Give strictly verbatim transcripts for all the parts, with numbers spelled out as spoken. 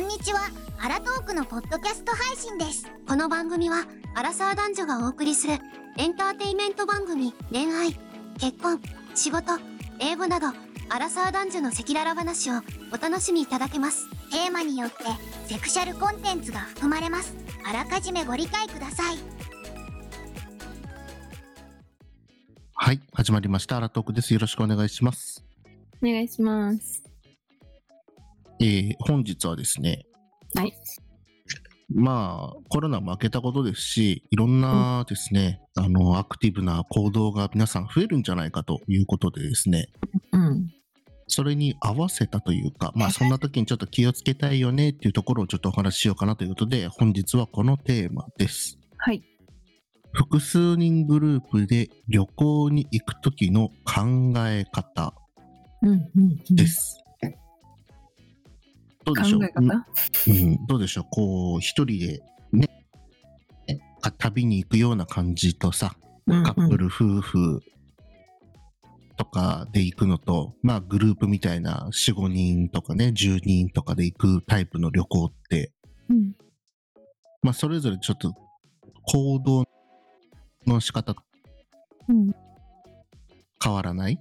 にちは。アラトークのポッドキャスト配信です。 この番組はアラサー男女がお送りするエンターテインメント番組。恋愛、結婚、仕事、英語などアラサー男女の赤裸々話をお楽しみいただけます。 テーマによってセクシャルコンテンツが含まれます。あらかじめご理解ください。 はい、始まりました。アラトークです。よろしくお願いします。 お願いします。 えー、本日はですね、 はい。 まあ、コロナも明けたことですし、いろんなですね、うん、あの、アクティブな行動が皆さん増えるんじゃないかということでですね、 うん。 それに合わせたというか、まあ、そんな時にちょっと気をつけたいよねっていうところをちょっとお話ししようかなということで、本日はこのテーマです。 はい。 複数人グループで旅行に行く時の考え方です。うんうんうん、どうでしょう。 考え方？ うん、どうでしょう。こう、一人でね、旅に行くような感じとさ、 うんうん、 カップル、夫婦とかで行くのと、まあグループみたいなよん、ごにんとかね、じゅうにんとかで行くタイプの旅行って、 うん、 まあそれぞれちょっと行動の仕方、 うん、 変わらない？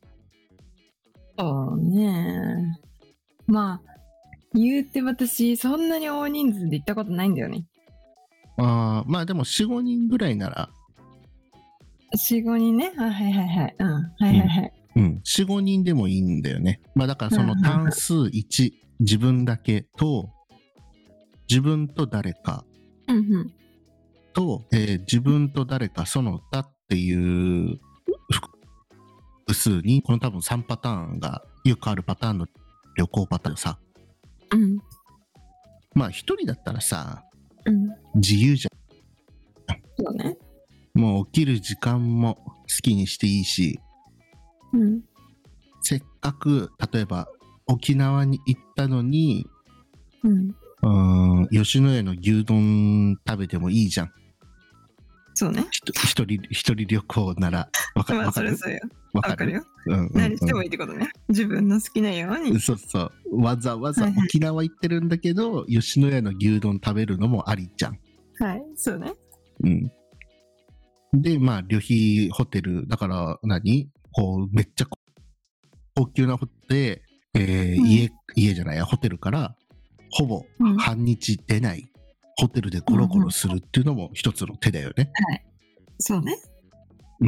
そうね。まあ、言うて私、そんなに大人数で行ったことないんだよね。 あまあでもよん、ごにんぐらいなら。 よん、ごにんね。あ、はいはいはい。うん。はいはいはい。 うん。うん、よん、ごにんでもいいんだよね。まあだからその単数いち、自分だけと、自分と誰かうんうん、 と、えー、自分と誰かその他っていう複数に、この多分さんパターンがよくあるパターンの旅行パターンさ。 うん。 まあ一人だったらさ、 うん、 自由じゃん。 そうね。 もう起きる時間も好きにしていいし、 うん、 せっかく例えば沖縄に行ったのに、 うん、 うーん、吉野家の牛丼食べてもいいじゃん。 そうね。 一人一人旅行ならわかる。 まあそれそうよ。わかるよ。 うんうんうん、 何してもいいってことね。自分の好きなように。 そうそう。わざわざ沖縄行ってるんだけど、はいはい、吉野家の牛丼食べるのもありじゃん。 はい、そうね。 うん。で、まあ旅費ホテルだから何こうめっちゃ高級なホテルで、えーうん、家家じゃないやホテルからほぼ半日出ない、うん、ホテルでゴロゴロするっていうのも一つの手だよね。 はい。そうね。 うん。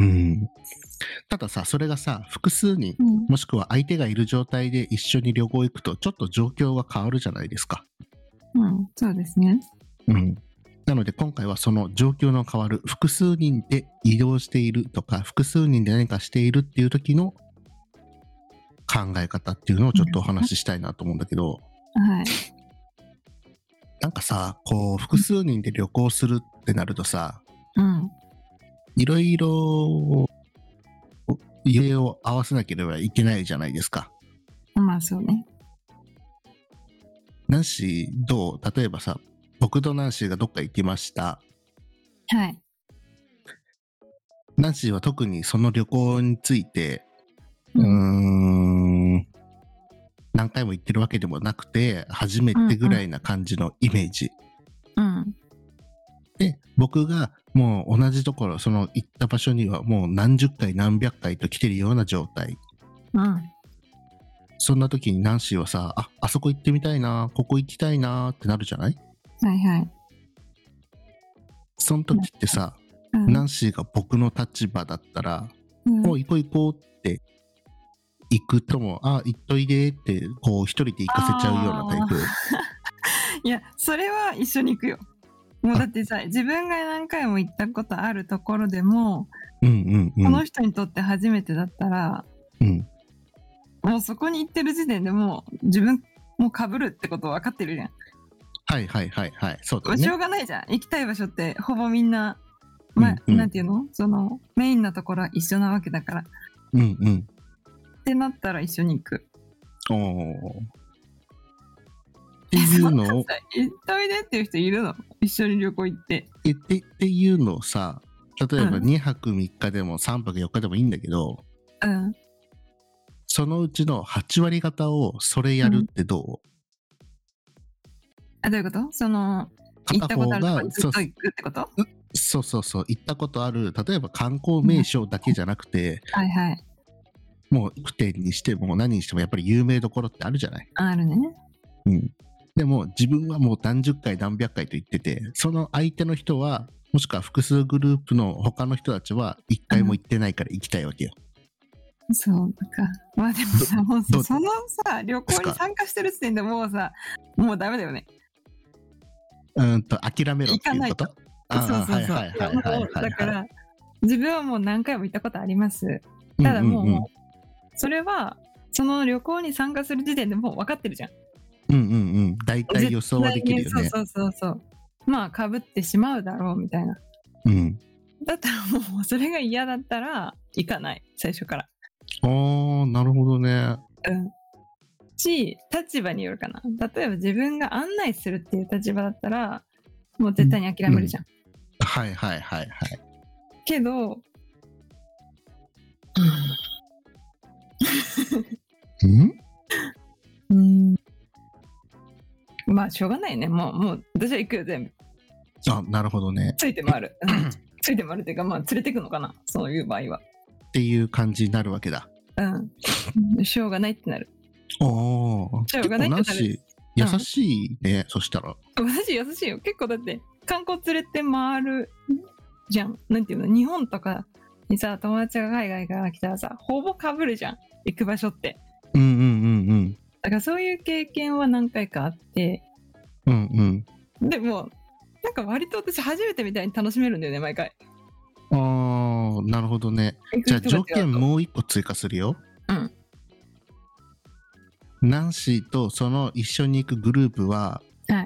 たださ、それがさ、複数人、うん、もしくは相手がいる状態で一緒に旅行行くと、ちょっと状況が変わるじゃないですか。 うん、そうですね。 うん。なので今回はその状況の変わる複数人で移動しているとか、複数人で何かしているっていう時の考え方っていうのをちょっとお話ししたいなと思うんだけど、 はい。 なんかさ、こう複数人で旅行するってなるとさ、 うん。 いろいろ家を合わせなければいけないじゃないですか。 まあそうね。 ナンシーどう？例えばさ、僕とナンシーがどっか行きました。 はい。 ナンシーは特にその旅行について、うーん、ん、何回も行ってるわけでもなくて、初めてぐらいな感じのイメージ。 うん、うん。 で、僕がもう同じところ、その行った場所にはもう何十回何百回と来てるような状態。 うん。 そんな時にナンシーはさ、あ、あそこ行ってみたいな、ここ行きたいなってなるじゃない？ はいはい。 その時ってさ、うん、ナンシーが僕の立場だったら、うん、もう行こう行こうって行くとも、あ、行っといでってこう一人で行かせちゃうようなタイプ。 いや、それは一緒に行くよ。もうだってさ、自分が何回も行ったことあるところでも、 うんうんうん、 この人にとって初めてだったら、 うん、 もうそこに行ってる時点でもう自分もう被るってこと分かってるじゃん。 はいはいはいはい、そうだね。 しょうがないじゃん。行きたい場所ってほぼみんな、まあ、うんうん、なんていうの？そのメインなところは一緒なわけだから。 うんうん。 ってなったら一緒に行く。 おー。っていうのを。 行っといでっていう人いるの？一緒に旅行行って。 えってっていうのをさ、例えばにはくみっかでもさんぱくよっかでもいいんだけど、 うん。 そのうちのはちわり方をそれやるってどう？ あ、どういうこと？その、行ったことあるとこ片方が、そうにずっと行くってこと？ そうそうそう、行ったことある、例えば観光名所だけじゃなくて、 はいはい。 もう、府店にしても何にしてもやっぱり有名どころってあるじゃない。 あるね。 うん。でも、自分はもう何十回何百回と言ってて、その相手の人は、もしくは複数グループの他の人たちは一回も行ってないから行きたいわけよ。 そうか。まあでもさ、もうどさ、そのさ、旅行に参加してる時点でもうさ、もうダメだよね。 うーんと、諦めろっていうこと？ そうああ、 そうそう。 はいはいはいはいはい。 だから、自分はもう何回も行ったことあります。ただもう、 うんうんうん、 それは、その旅行に参加する時点でもう分かってるじゃん。 うんうんうん。大体予想はできるよね。 そうそうそうそう。まあ、かぶってしまうだろうみたいな。 うん。 だったらもう、それが嫌だったら、行かない。最初から。 ああ、なるほどね。 うん。し、立場によるかな。例えば自分が案内するっていう立場だったら、もう絶対に諦めるじゃん。 うん、はいはいはいはい。 けど、 うんうんまあしょうがないね。もう、もう私は行くよ全部。 あ、なるほどね。 ついて回る。ついて回るっていうか、まあ連れてくのかな。そういう場合は。 っていう感じになるわけだ。 うん。しょうがないってなる。 おお。 しょうがないってなる。 優しいね、うん、そしたら。 私優しいよ。結構だって観光連れて回るじゃん。なんていうの、日本とかにさ、友達が海外から来たらさ、ほぼ被るじゃん。行く場所って。 うんうんうんうん。 だからそういう経験は何回かあって、 うんうん。でも、なんか割と私初めてみたいに楽しめるんだよね、毎回。 ああ、なるほどね。じゃあ条件もう一個追加するよ。 うん。 ナンシーとその一緒に行くグループは、 はい、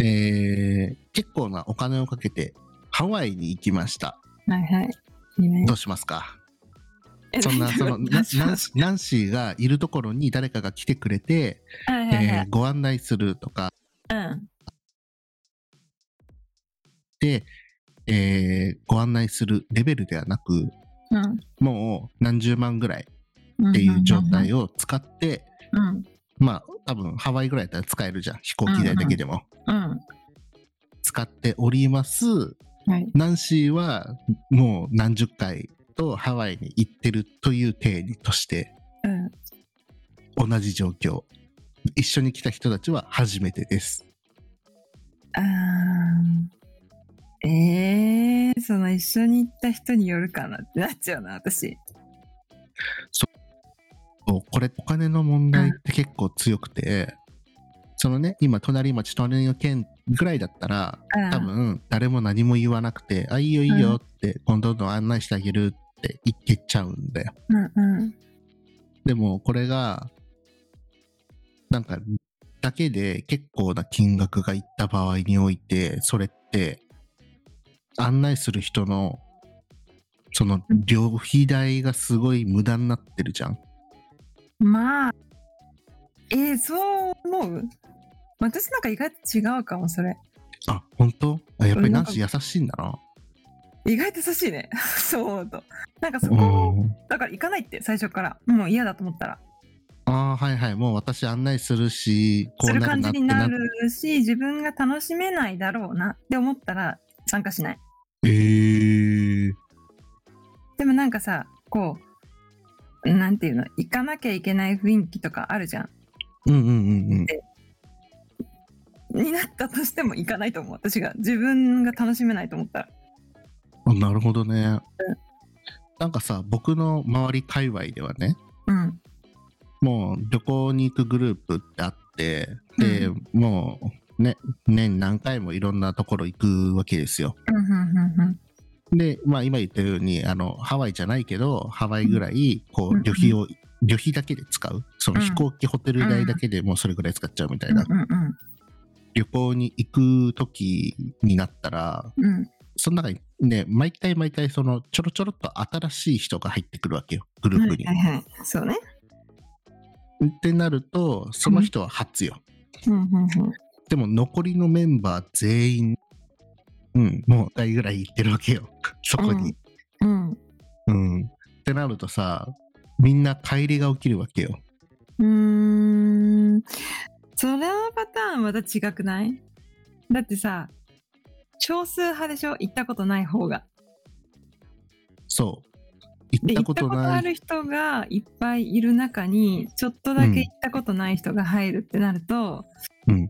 えー、結構なお金をかけてハワイに行きました。 はいはい。いいね、 どうしますか？そんなそのナンシーがいるところに誰かが来てくれて、はいはいはい、えー、ご案内するとか、 うん、 で、えー、ご案内するレベルではなく、うん、もう何十万ぐらいっていう状態を使って、うんうんうん、まあ多分ハワイぐらいだったら使えるじゃん、飛行機代だけでも、うんうん、使っております、はい、ナンシーはもう何十回とハワイに行ってるという体にとして、うん、同じ状況、一緒に来た人たちは初めてです。 あーえー、その一緒に行った人によるかなってなっちゃうな、私。 そうこれお金の問題って結構強くて、うん、そのね、今隣町隣の県ぐらいだったら、多分誰も何も言わなくて、あ、いいよいいよって、今度どんどん案内してあげるって言ってっちゃうんだよ。うんうん、でもこれがなんかだけで結構な金額がいった場合において、それって案内する人のその旅費代がすごい無駄になってるじゃん。 まあえー、そう思う？私なんか意外と違うかも、それ。 あ、本当？あ、やっぱりナンシー優しいんだな。 意外と優しいね。そう思うと。なんかそこ、だから行かないって最初から。もう嫌だと思ったら。 ああ、はいはい。もう私案内するし、 こうなるなってなする感じになるし、自分が楽しめないだろうなって思ったら参加しない。 えー。でもなんかさ、こう、なんていうの、行かなきゃいけない雰囲気とかあるじゃん。 うんうんうんうん。 になったとしても行かないと思う。私が自分が楽しめないと思ったら。 あ、なるほどね、うん、なんかさ、僕の周り界隈ではね、うん、もう旅行に行くグループってあって、で、うん、もうね、年何回もいろんなところ行くわけですよ、うんうんうんうん、で、まあ今言ったようにあのハワイじゃないけどハワイぐらいこう旅費を、うんうん、旅費だけで使う、その飛行機ホテル代だけでもうそれぐらい使っちゃうみたいな、うんうんうん、旅行に行く時になったら、うん、その中にね、毎回毎回そのちょろちょろっと新しい人が入ってくるわけよ、グループに。 はいはいはい、そうね。 ってなると、その人は初よ。 うんうんうんうん、 でも残りのメンバー全員、うん、もういっかいぐらい行ってるわけよ、そこに。うん。うん。ってなるとさ、みんな帰りが起きるわけよ。 うーん。それのパターンまた違くない？ だってさ、少数派でしょ、行ったことない方が。 そう。行で、 った行ったことことない。 ある人がいっぱいいる中に、ちょっとだけ行ったことない人が入るってなると、 うん。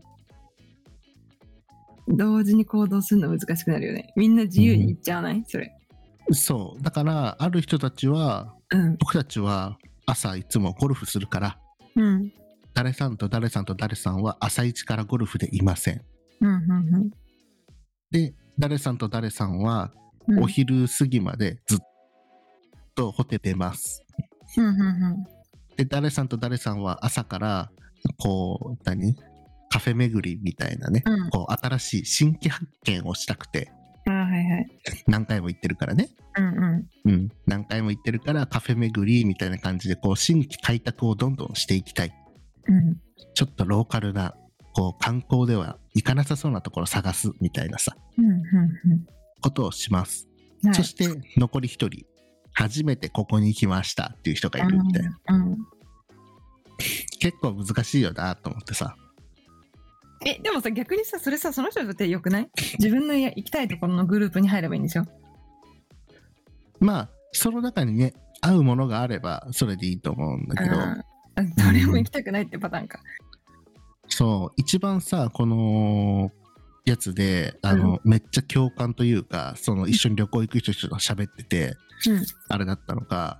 同時に行動するの難しくなるよね。みんな自由に行っちゃわない、それ。 そう。だから、ある人たちは、 うん。 僕たちは朝いつもゴルフするから、 うん。 誰さんと誰さんと誰さんは朝一からゴルフでいません。 うん。うん。 で、誰さんと誰さんはうん。 お昼過ぎまでずっとホテル出ます。 うん。うん。 で、誰さんと誰さんは朝から、こう、何カフェ巡りみたいなね、 うん。 こう、新しい新規発見をしたくて、 ああ、はいはい。 何回も行ってるからね。 うんうん。 うん。何回も行ってるから、カフェ巡りみたいな感じで、こう、新規開拓をどんどんしていきたい。 うん。 ちょっとローカルな、こう、観光では行かなさそうなところを探すみたいなさ、 うん。うん。 ことをします。 うん。はい。 そして、残り一人、初めてここに来ましたっていう人がいるみたいな。 うん。うん。 結構難しいよなと思ってさ。 え、でもさ、逆にさ、それさ、その人にとってよくない？自分の行きたいところのグループに入ればいいんでしょ？ まあ、その中にね、合うものがあれば、それでいいと思うんだけど、 ああ、誰も行きたくないってパターンか。 そう、一番さ、このやつで、あの、めっちゃ共感というか、その一緒に旅行行く人と喋ってて、 うん。 あれだったのが、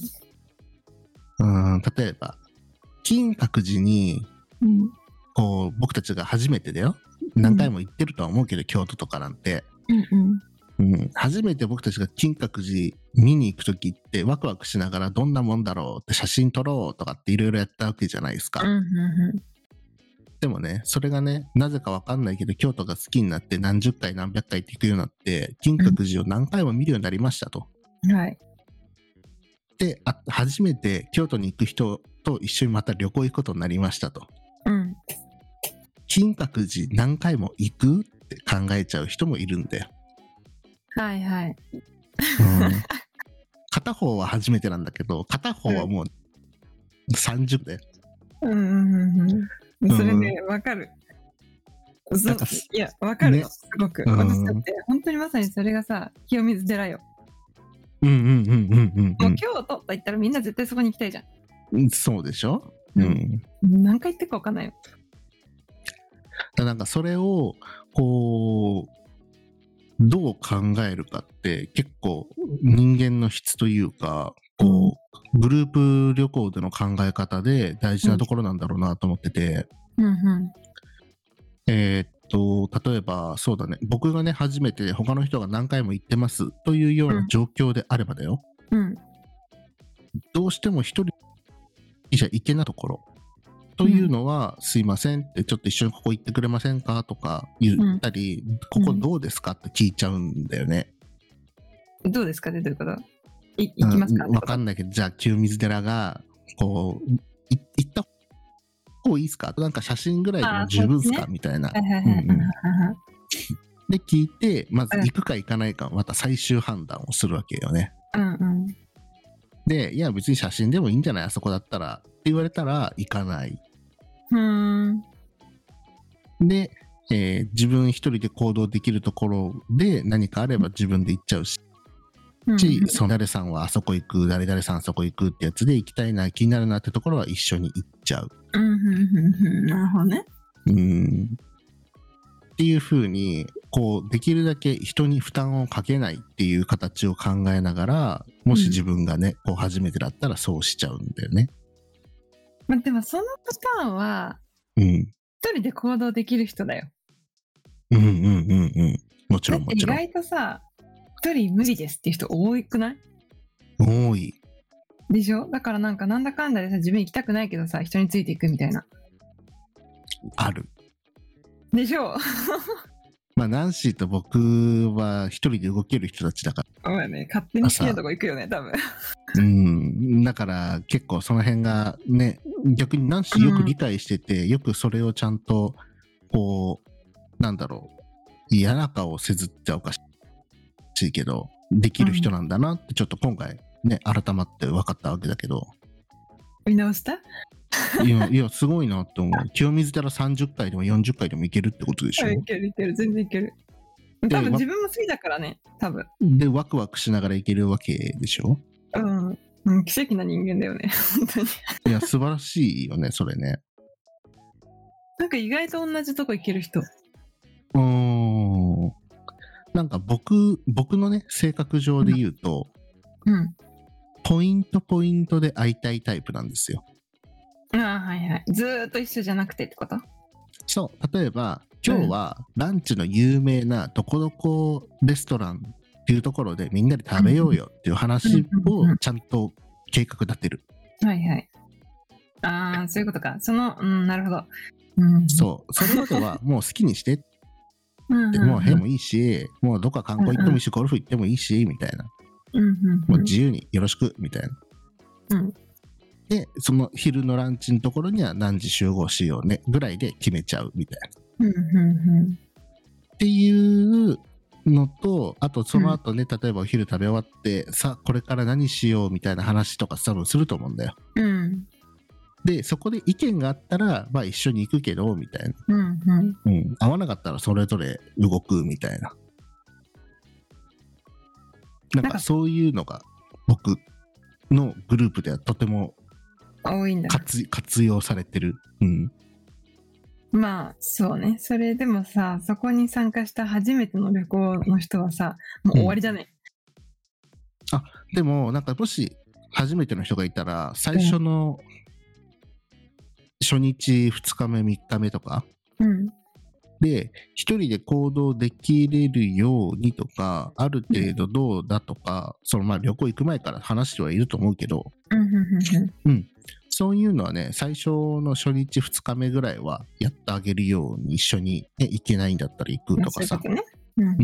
うん。 うーん、例えば、金閣寺に、 うん。 こう、僕たちが初めてだよ。何回も行ってるとは思うけど、京都とかなんて。 うん。 うん、初めて僕たちが金閣寺見に行くときってワクワクしながらどんなもんだろうって写真撮ろうとかっていろいろやったわけじゃないですか。 うん。うん。 でもね、それがね、なぜかわかんないけど京都が好きになって何十回何百回って行くようになって金閣寺を何回も見るようになりましたと。 はい。 で、あ初めて京都に行く人と一緒にまた旅行行くことになりましたと。 うん。 金閣寺何回も行くって考えちゃう人もいるんだよ。 はいはい。 うん片方は初めてなんだけど、片方はもうさんじゅうで。 うんうんうんうん。それね、わかる。そなんかいや、わかるよ、 ねすごく。 うん私だって、本当にまさにそれがさ、清水寺よ。 うんうんうんうんうんもう京都と言ったらみんな絶対そこに行きたいじゃん。 うん。そうでしょ、 ううんん、 何回行ってるかわかんないよ。 だなんかそれをこうどう考えるかって結構人間の質というかこう、グループ旅行での考え方で大事なところなんだろうなと思ってて、 うんうん。 えーっと例えばそうだね、僕がね初めて他の人が何回も行ってますというような状況であればだよ、 うん。 どうしても一人じゃ行けないところというのは、すいませんってちょっと一緒にここ行ってくれませんかとか言ったり、ここどうですかって聞いちゃうんだよね。 どうですかね、どういうこと？い行きますか？ うん、わかんないけど、じゃあ清水寺がこうい行った方がいいですか、なんか写真ぐらいでも十分ですか、 あーみたいな。 はいはいはいはいはいはい。 で聞いて、まず行くか行かないかまた最終判断をするわけよね。 うんうん。 で、いや別に写真でもいいんじゃないあそこだったらって言われたら行かない。 うーん。 で、えー自分一人で行動できるところで何かあれば自分で行っちゃうし、 うんしその誰さんはあそこ行く、誰々さんあそこ行くってやつで行きたいな、気になるなってところは一緒に行っちゃう。 うんうんうんうん。なるほどね。 うーん。っていう風に、こう、できるだけ人に負担をかけないっていう形を考えながら、もし自分がね、こう初めてだったらそうしちゃうんだよね。 まあ、でもそのパターンはうん。 一人で行動できる人だよ。 うんうんうんうん。もちだって意ろんもちろん。 外とさ、一人無理ですっていう人多くない？ 多い。 でしょ？だからなんかなんだかんだでさ、自分行きたくないけどさ、人についていくみたいな。 ある。 でしょ？ まあ、ナンシーと僕は一人で動ける人たちだかお前ね、勝手に好きなとこ行くよね、多分。 ら。うん。だから結構その辺がね、逆にナンシーよく理解してて、よくそれをちゃんと、こう、なんだろう、嫌な顔せずっておかしいけど、できる人なんだなってちょっと今回ね、改まって分かったわけだけど、 見直した？ いや、いや、すごいなって思う。清水寺さんじゅっかいでもよんじゅっかいでも行けるってことでしょ。 いけるいける、全然いける。 で多分自分も好きだからね、多分。 で、ワクワクしながら行けるわけでしょ。 うん。うん、奇跡な人間だよね、本当に。 いや、素晴らしいよね、それね。 なんか意外と同じとこ行ける人。 うーん。なんか僕、僕のね、性格上で言うと、 うん。 ポイントポイントで会いたいタイプなんですよ。 ああ、はいはい。ずーっと一緒じゃなくてってこと？ そう、例えば、今日はランチの有名などこどこレストランっていうところでみんなで食べようよっていう話をちゃんと計画立てる。 はいはい。ああ、そういうことか。その、うん、なるほど。うん、 そう、それまではもう好きにしてって、 うんうん、 もう部屋もいいし、もうどっか観光行ってもいいし、ゴルフ行ってもいいし、みたいな。 うんうんうん、 もう自由によろしく、みたいな。 うん。 で、その昼のランチのところには何時集合しようね、ぐらいで決めちゃうみたいな。 うんうんうん、 っていうのと、あとその後ね、うん、例えばお昼食べ終わって、さあこれから何しようみたいな話とか多分すると思うんだよ。 うん、 で、そこで意見があったら、まあ一緒に行くけど、みたいな。 うんうんうん。合わなかったらそれぞれ動くみたいな。なんかそういうのが僕のグループではとても多いんだ。 活、活用されてる。うん。 まあそうね。それでもさ、そこに参加した初めての旅行の人はさ、もう終わりじゃね、 うん、あ、でもなんかもし初めての人がいたら最初の初日ふつかめみっかめとか、 うん、 で一人で行動できれるようにとか、ある程度どうだとか、うん、そのまあ旅行行く前から話してはいると思うけど、 うんうんうんうん、そういうのはね、最初の初日ふつかめぐらいはやってあげるように、一緒に、ね、行けないんだったら行くとかさ、 そういうことね、うんうんうん、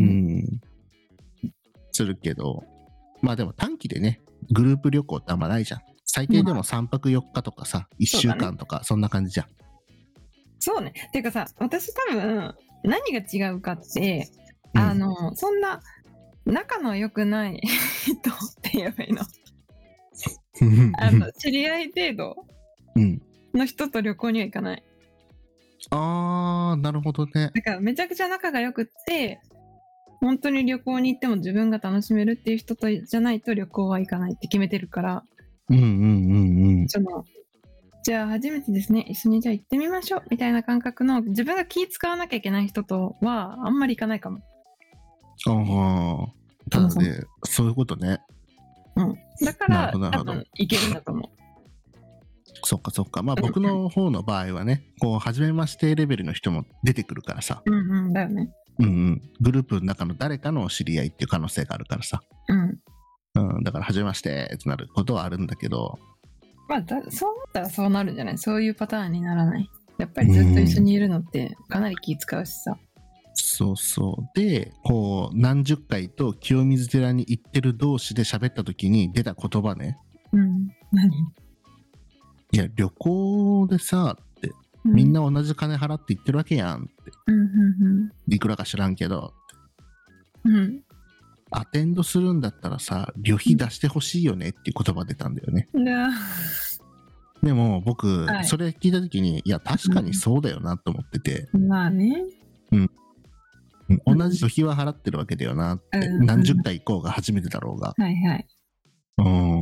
するけど、まあでも短期でね、グループ旅行ってあんまないじゃん。最低でもさんぱくよっかとかさ、いっしゅうかんとか、そんな感じじゃん。 そうね。てかさ、私多分何が違うかって、うん、あのそんな仲の良くない人って言えばいいのあの知り合い程度の人と旅行には行かない。 うん、あー、なるほどね。 だからめちゃくちゃ仲が良くって本当に旅行に行っても自分が楽しめるっていう人とじゃないと旅行は行かないって決めてるから、 うんうんうんうん、 そのじゃあ初めてですね、一緒にじゃあ行ってみましょうみたいな感覚の、自分が気使わなきゃいけない人とはあんまり行かないかも。 ああ、ただね、そういうことね。 うん。だから多分行けるんだと思う。 そっかそっか。まあ僕の方の場合はね、こう初めましてレベルの人も出てくるからさ。 うんうんだよね。 うんうん。グループの中の誰かの知り合いっていう可能性があるからさ。 うん。 うん、だから初めましてってなることはあるんだけど。 まあだそうなったらそうなるんじゃない？そういうパターンにならない。やっぱりずっと一緒にいるのってかなり気使うしさ。 そうそう。で、こう何十回と清水寺に行ってる同士で喋った時に出た言葉ね。 うん。何？ いや旅行でさって、うん、みんな同じ金払って行ってるわけやんって。 うんうんうん。 いくらか知らんけど。 うん。 アテンドするんだったらさ、旅費出してほしいよねっていう言葉出たんだよね。 うん、 でも僕、 はい、 それ聞いた時に、いや確かにそうだよなと思ってて、 うん、まあね、 うん、同じ旅費は払ってるわけだよなって、うん、何十回行こうが初めてだろうが、 はいはい、 うん、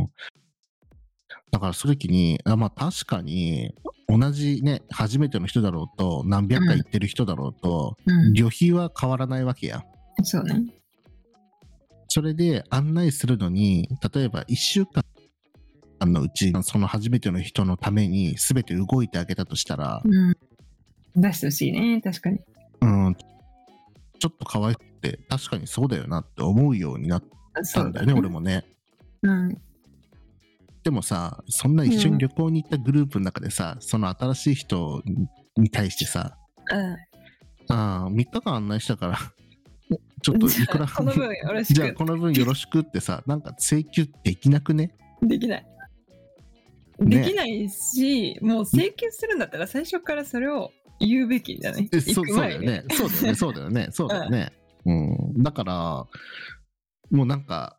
だからその時に、あ、まあ確かに同じね初めての人だろうと何百回行ってる人だろうと、うん、旅費は変わらないわけや。 そうね。 それで案内するのに、例えばいっしゅうかんのうちその初めての人のために全て動いてあげたとしたら、 うん、出してほしいね。確かに、 うん、ちょっと可愛くて確かにそうだよなって思うようになったんだよね、俺もね、 うん、 でもさ、そんな一緒に旅行に行ったグループの中でさ、うん、その新しい人に対してさ、 うん、 あみっかかん案内したからちょっといくらこの分よろしくじゃあこの分よろしくってさ、なんか請求できなくね？ できない、ね、できないし、もう請求するんだったら最初からそれを言うべきじゃない？ えそそうだよね、そうだよね、そうだよね、そうだよね、うん、だからもうなんか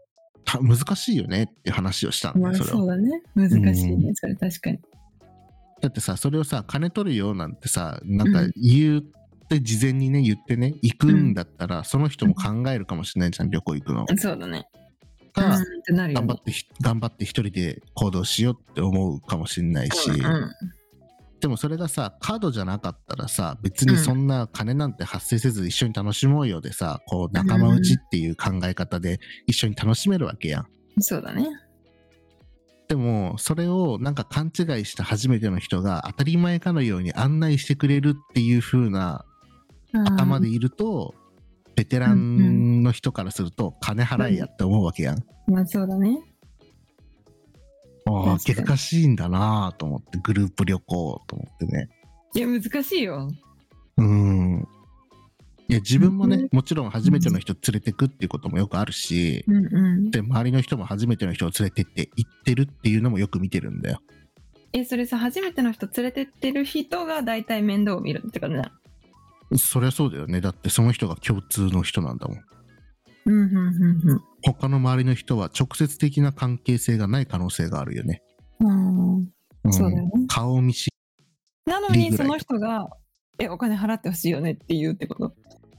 難しいよねって話をしたんだよ、 まあ、 それは。 そうだね、難しいね、うん、それ確かに。 だってさ、それをさ、金取るよなんてさ、なんか言って事前にね、言ってね、行くんだったら、その人も考えるかもしれないじゃん、旅行行くの。 そうだね。 か、 うんってなるよね頑張ってひ、頑張って一人で行動しようって思うかもしれないし、 うんうんでもそれがさ、カードじゃなかったらさ、別にそんな金なんて発生せず一緒に楽しもうよでさ、こう仲間内っていう考え方で一緒に楽しめるわけやん。 そうだね。 でも、それをなんか勘違いした初めての人が当たり前かのように案内してくれるっていう風な頭でいると、ベテランの人からすると金払いやって思うわけやん。 まあそうだね。 ああ、 確かに結果しいんだなと思って、グループ旅行と思ってね。 いや難しいよ。 うーん。いや、自分もね、 うんもちろん初めての人連れてくっていうこともよくあるし、 うんうん。 で、周りの人も初めての人を連れてって行ってるっていうのもよく見てるんだよ。 え、それさ、初めての人連れてってる人が大体面倒を見るって感じだ。 そりゃそうだよね。だってその人が共通の人なんだもん。 うんうんうん他の周りの人は直接的な関係性がない可能性があるよね。 うん。うんうんそうだよね。 顔見知なのリぐらいとにその人が、え、お金払ってほしいよねって言うってこと。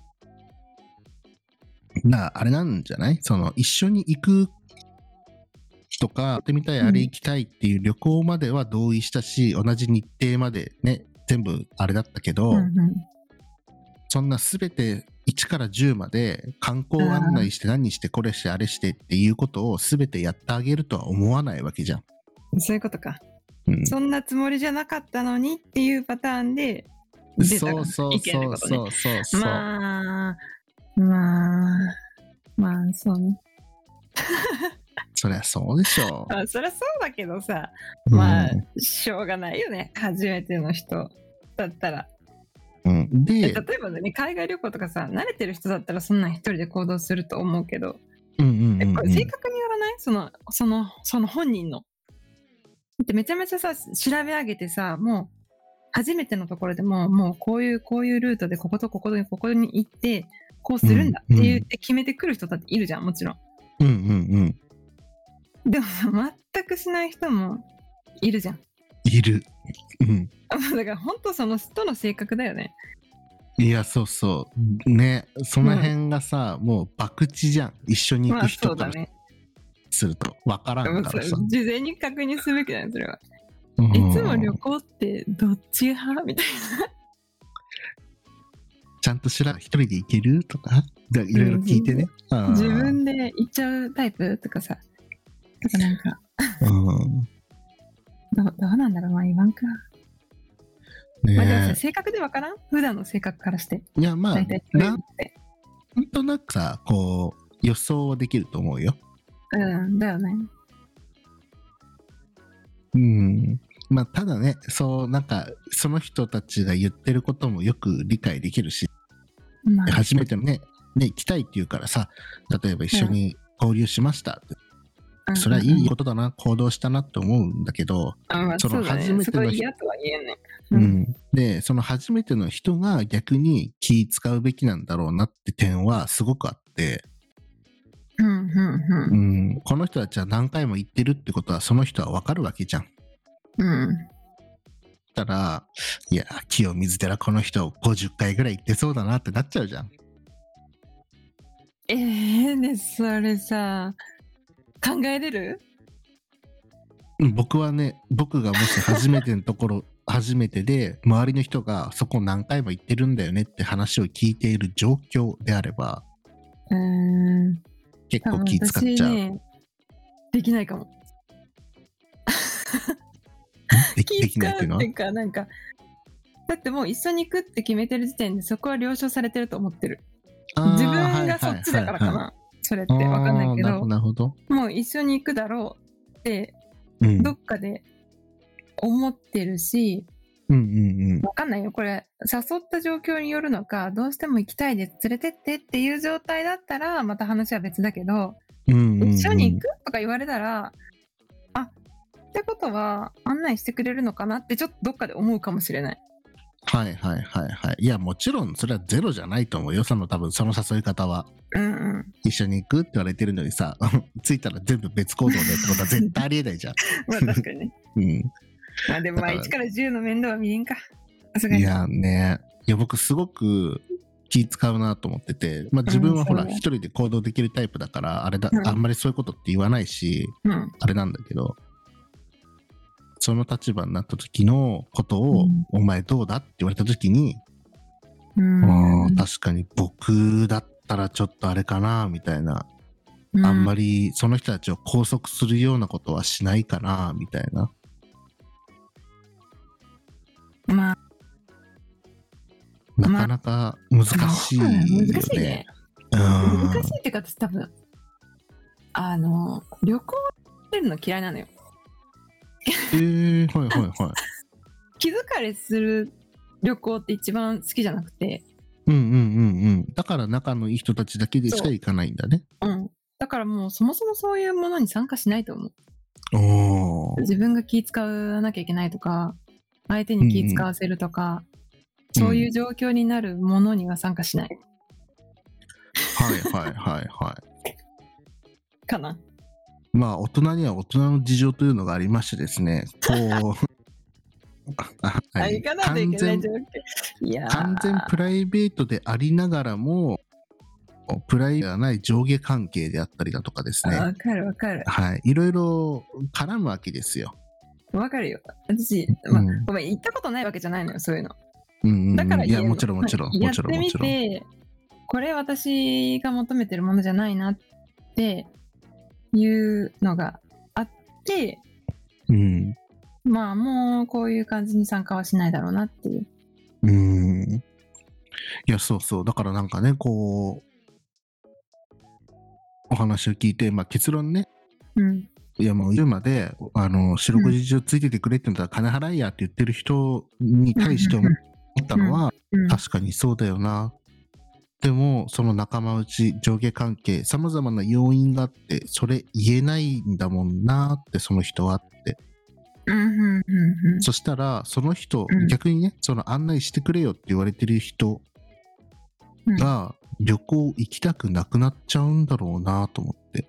りな、あれなんじゃない？その一緒に行くとか、やってみたい、あれ行きたいっていう旅行までは同意したし、同じ日程までね、全部あれだったけど、 うんうんそんな全ていちからじゅうまで観光案内して何してこれしてあれしてっていうことを全てやってあげるとは思わないわけじゃん。 そういうことか。 うん、 そんなつもりじゃなかったのにっていうパターンで出たそうそう意見ってそうことね。 そうそうそう。 まあ、まあ、まあ、そうね。 そりゃそうでしょあ、そりゃそうだけどさ、 う。 まあ、しょうがないよね。初めての人だったら。 うんうん、 えで、 例えばね、海外旅行とかさ、慣れてる人だったらそんなん一人で行動すると思うけど、 うんうんえうんうんこれ正確にやらないその、その、その本人の。でめちゃめちゃさ、調べ上げてさ、もう、初めてのところでも、もうこういう、こういうルートでこことここでここに行って、こうするんだって言って決めてくる人だっているじゃん、もちろん。 うんうんうんでもさ、全くしない人もいるじゃん。 いる。うんだから本当その人の性格だよね。 いや、そうそう。ね、その辺がさ、もう博打じゃん。一緒に行まあそく人からうだね。 すると。わからんからさ。 事前に確認すべきだね、それは。 うんいつも旅行ってどっち派みたいちゃんと知らん、一人で行けるとか、だいろいろ聞いてね。あな。 ー自分で行っちゃうタイプとかさ。とかなんか、 うんどどうなんだろう、まあ言わんか。 ねまあでもさ、性格でわからん普段の性格からして。 いや、まあ、 大体なっんて。 となくさ、こう、予想はできると思うよ。 うん、だよね。 うん。まあ、ただね、そう、なんか、その人たちが言ってることもよく理解できるし、 まあ、 初めてのね、ね、行きたいって言うからさ、例えば一緒に交流しましたって、それはいいことだな、行動したなって思うんだけど、 あ、まあ、 そのそうだね初めてのそこ嫌とは言えんね。 ううんん、で、その初めての人が逆に気使うべきなんだろうなって点はすごくあって、 うん、うん、 ううん。 ん、この人たちは何回も言ってるってことはその人はわかるわけじゃん。 うん。 だから、いや、清水寺この人ごじゅっかいぐらい行ってそうだなってなっちゃうじゃん。 ええね、それさ、考えれるうん僕はね、僕がもし初めてのところ、初めてで、周りの人がそこ何回も行ってるんだよねって話を聞いている状況であれば、 うーん。 結構気使っちゃう。 ね、できないかも。 できできないっていうのは気使うっていうか、なんか、だってもう一緒に行くって決めてる時点でそこは了承されてると思ってる。自分がそっちだからかあーはいはいはいはいな。それってわかんないけど、 あーなるほど。 もう一緒に行くだろうって、 うんどっかで思ってるし、 うんうんわかんないよ。これ、誘った状況によるのか、どうしても行きたいで連れてってっていう状態だったら、また話は別だけど、 うんうんうん。 一緒に行くとか言われたら、あ、ってことは案内してくれるのかなってちょっとどっかで思うかもしれない。 はいはいはいはい。いや、もちろんそれはゼロじゃないと思うよ。その多分その誘い方は。 うんうん。 一緒に行くって言われてるのにさ、着いたら全部別行動でってことは絶対ありえないじゃん。 まあ確かにね。 うん。 まあでもまあだからいちからじゅうの面倒は見れんか。さすがに。 いやね、いや僕すごく気使うなと思ってて、まあ自分はほらうんそうね一人で行動できるタイプだからあれだ、 うんあんまりそういうことって言わないし、 うん。 あれなんだけど、その立場になった時のことを、 うんお前どうだって言われた時に、 うんあー確かに僕だったらちょっとあれかなみたいな、 うんあんまりその人たちを拘束するようなことはしないかなみたいな。 まあ、 なかなか難しいよね。 難しいね。 うん難しいっていうか私多分、あの、旅行してるの嫌いなのよ。 えー、はいはいはい。 気疲れする旅行って一番好きじゃなくて、 うんうんうんうん。だから仲のいい人たちだけでしか行かないんだね。 うん。だからもうそもそもそういうものに参加しないと思う。 おー。 自分が気使わなきゃいけないとか、相手に気使わせるとか、 うんそういう状況になるものには参加しない。 はいはいはいはい。 かな。 まあ大人には大人の事情というのがありましてですね、こう、ああ、 はい行かないとい完けない全状況。いやー完全プライベートでありながらも、プライベートではない上下関係であったりだとかですね。 あわかるわかる。 はい。いろいろ絡むわけですよ。 わかるよ。私、まあ、 うんごめん、行ったことないわけじゃないのよ、そういうの。 うんうんうん、 だからいや、 言えんのもちろんもちろん。 やもちろんってみもちろん。 て、これ私が求めてるものじゃないなっていうのがあって、 うん。 まあもうこういう感じに参加はしないだろうなっていう。 うん。いや、そうそう。だからなんかね、こう、お話を聞いて、まあ結論ね、 うん。 いやもう言うまで、あの、四六時中ついててくれって言ったら金払いやって言ってる人に対して思ったのは、 うん、 確かにそうだよな。でも、その仲間内、上下関係、様々な要因があって、それ言えないんだもんなって、その人はって。 うんうんうんうんそしたら、その人、 うん逆にね、その案内してくれよって言われてる人うんが、旅行行きたくなくなっちゃうんだろうなと思って。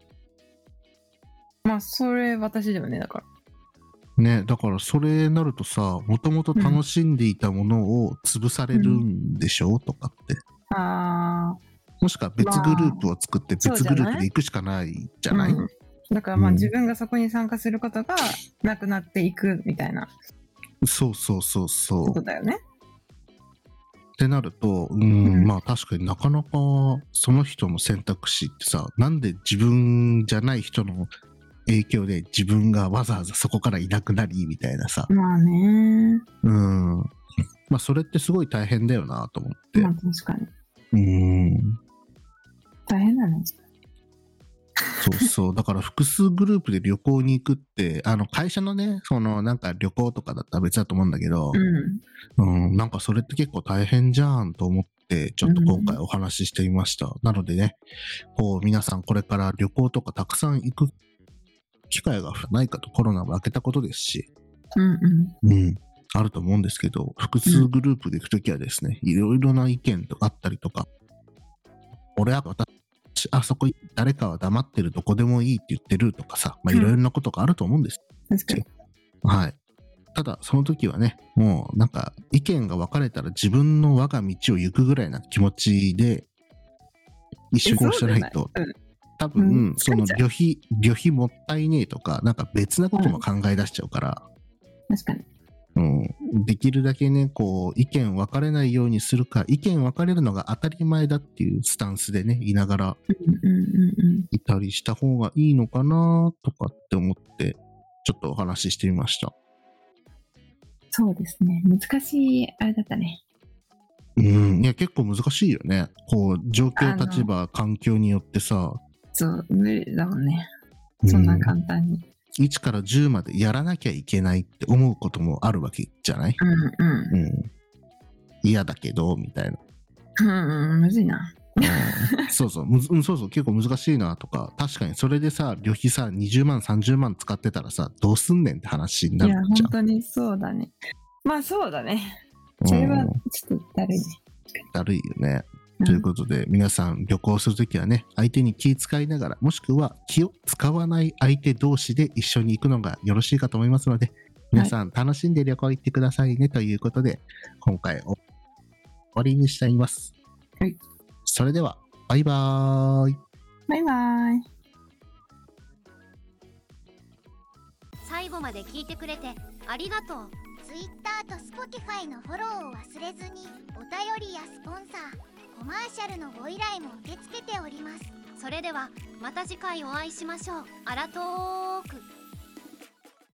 まあそれ私だよね、だから。 ね、だからそれなるとさ、もともと楽しんでいたものを潰されるんでしょ、とかって。 あもしくは別グループを作ってまあ別グループで行くしかないじゃない、 うんだからまあうん自分がそこに参加することがなくなっていくみたいなそうそうそうそう。 ことだよね。 ってなると、うん、 うんまあ確かになかなかその人の選択肢ってさ、なんで自分じゃない人の影響で自分がわざわざそこからいなくなりみたいなさ、 まあね。 うん。まあそれってすごい大変だよなと思って。 まあ確かに。 うん。 大変だね。 そうそう。だから複数グループで旅行に行くって、あの会社のね、そのなんか旅行とかだったら別だと思うんだけど、 うん。 うん、なんかそれって結構大変じゃんと思って、ちょっと今回お話ししてみました。なのでね、こう皆さんこれから旅行とかたくさん行く機会がないかと、コロナも明けたことですし、 うんうん。 うん、あると思うんですけど、複数グループで行くときはですね、いろいろな意見とかあったりとか、俺は私、あそこ誰かは黙ってる、どこでもいいって言ってるとかさ、まあいろいろなことがあると思うんです。 確かに。 はい。ただ、その時はね、もうなんか意見が分かれたら自分の我が道を行くぐらいな気持ちで一緒にこうしてないと、 うん多分、 うんその疲れちゃう旅費、旅費もったいねえとか、なんか別なことも考え出しちゃうから、 確かに。 うん、できるだけね、こう、意見分かれないようにするか、意見分かれるのが当たり前だっていうスタンスでね、いながらうんうんうんうん。 いたりした方がいいのかなとかって思って、ちょっとお話ししてみました。 そうですね。難しいあれだったね。 うん、いや、結構難しいよね。こう、状況、 あの立場、環境によってさ、 そう、無理だもんね。そんな簡単に。 いちからじゅうまでやらなきゃいけないって思うこともあるわけじゃない？ うんうん。 うん。嫌だけど、みたいな。 うんうん、むずいな。 うんそうそう、むずうんそうそう、結構難しいなとか、確かにそれでさ、旅費さ、にじゅうまん、さんじゅうまん使ってたらさ、どうすんねんって話にないや、 るじゃん。 本当にそうだね。まあそうだね。それはうんちょっとだるいね。 だるいよね。 うんということで、皆さん旅行するときはね、相手に気遣いながら、もしくは気を使わない相手同士で一緒に行くのがよろしいかと思いますので、 皆さん楽しんで旅行行ってくださいねということで、今回終わりにしています。 はい。 それでは、バイバーイ。 バイバイ。 最後まで聞いてくれてありがとう。 Twitter と Spotify のフォローを忘れずに、お便りやスポンサー、コマーシャルのご依頼も受け付けております。 それではまた次回お会いしましょう。アラトーク。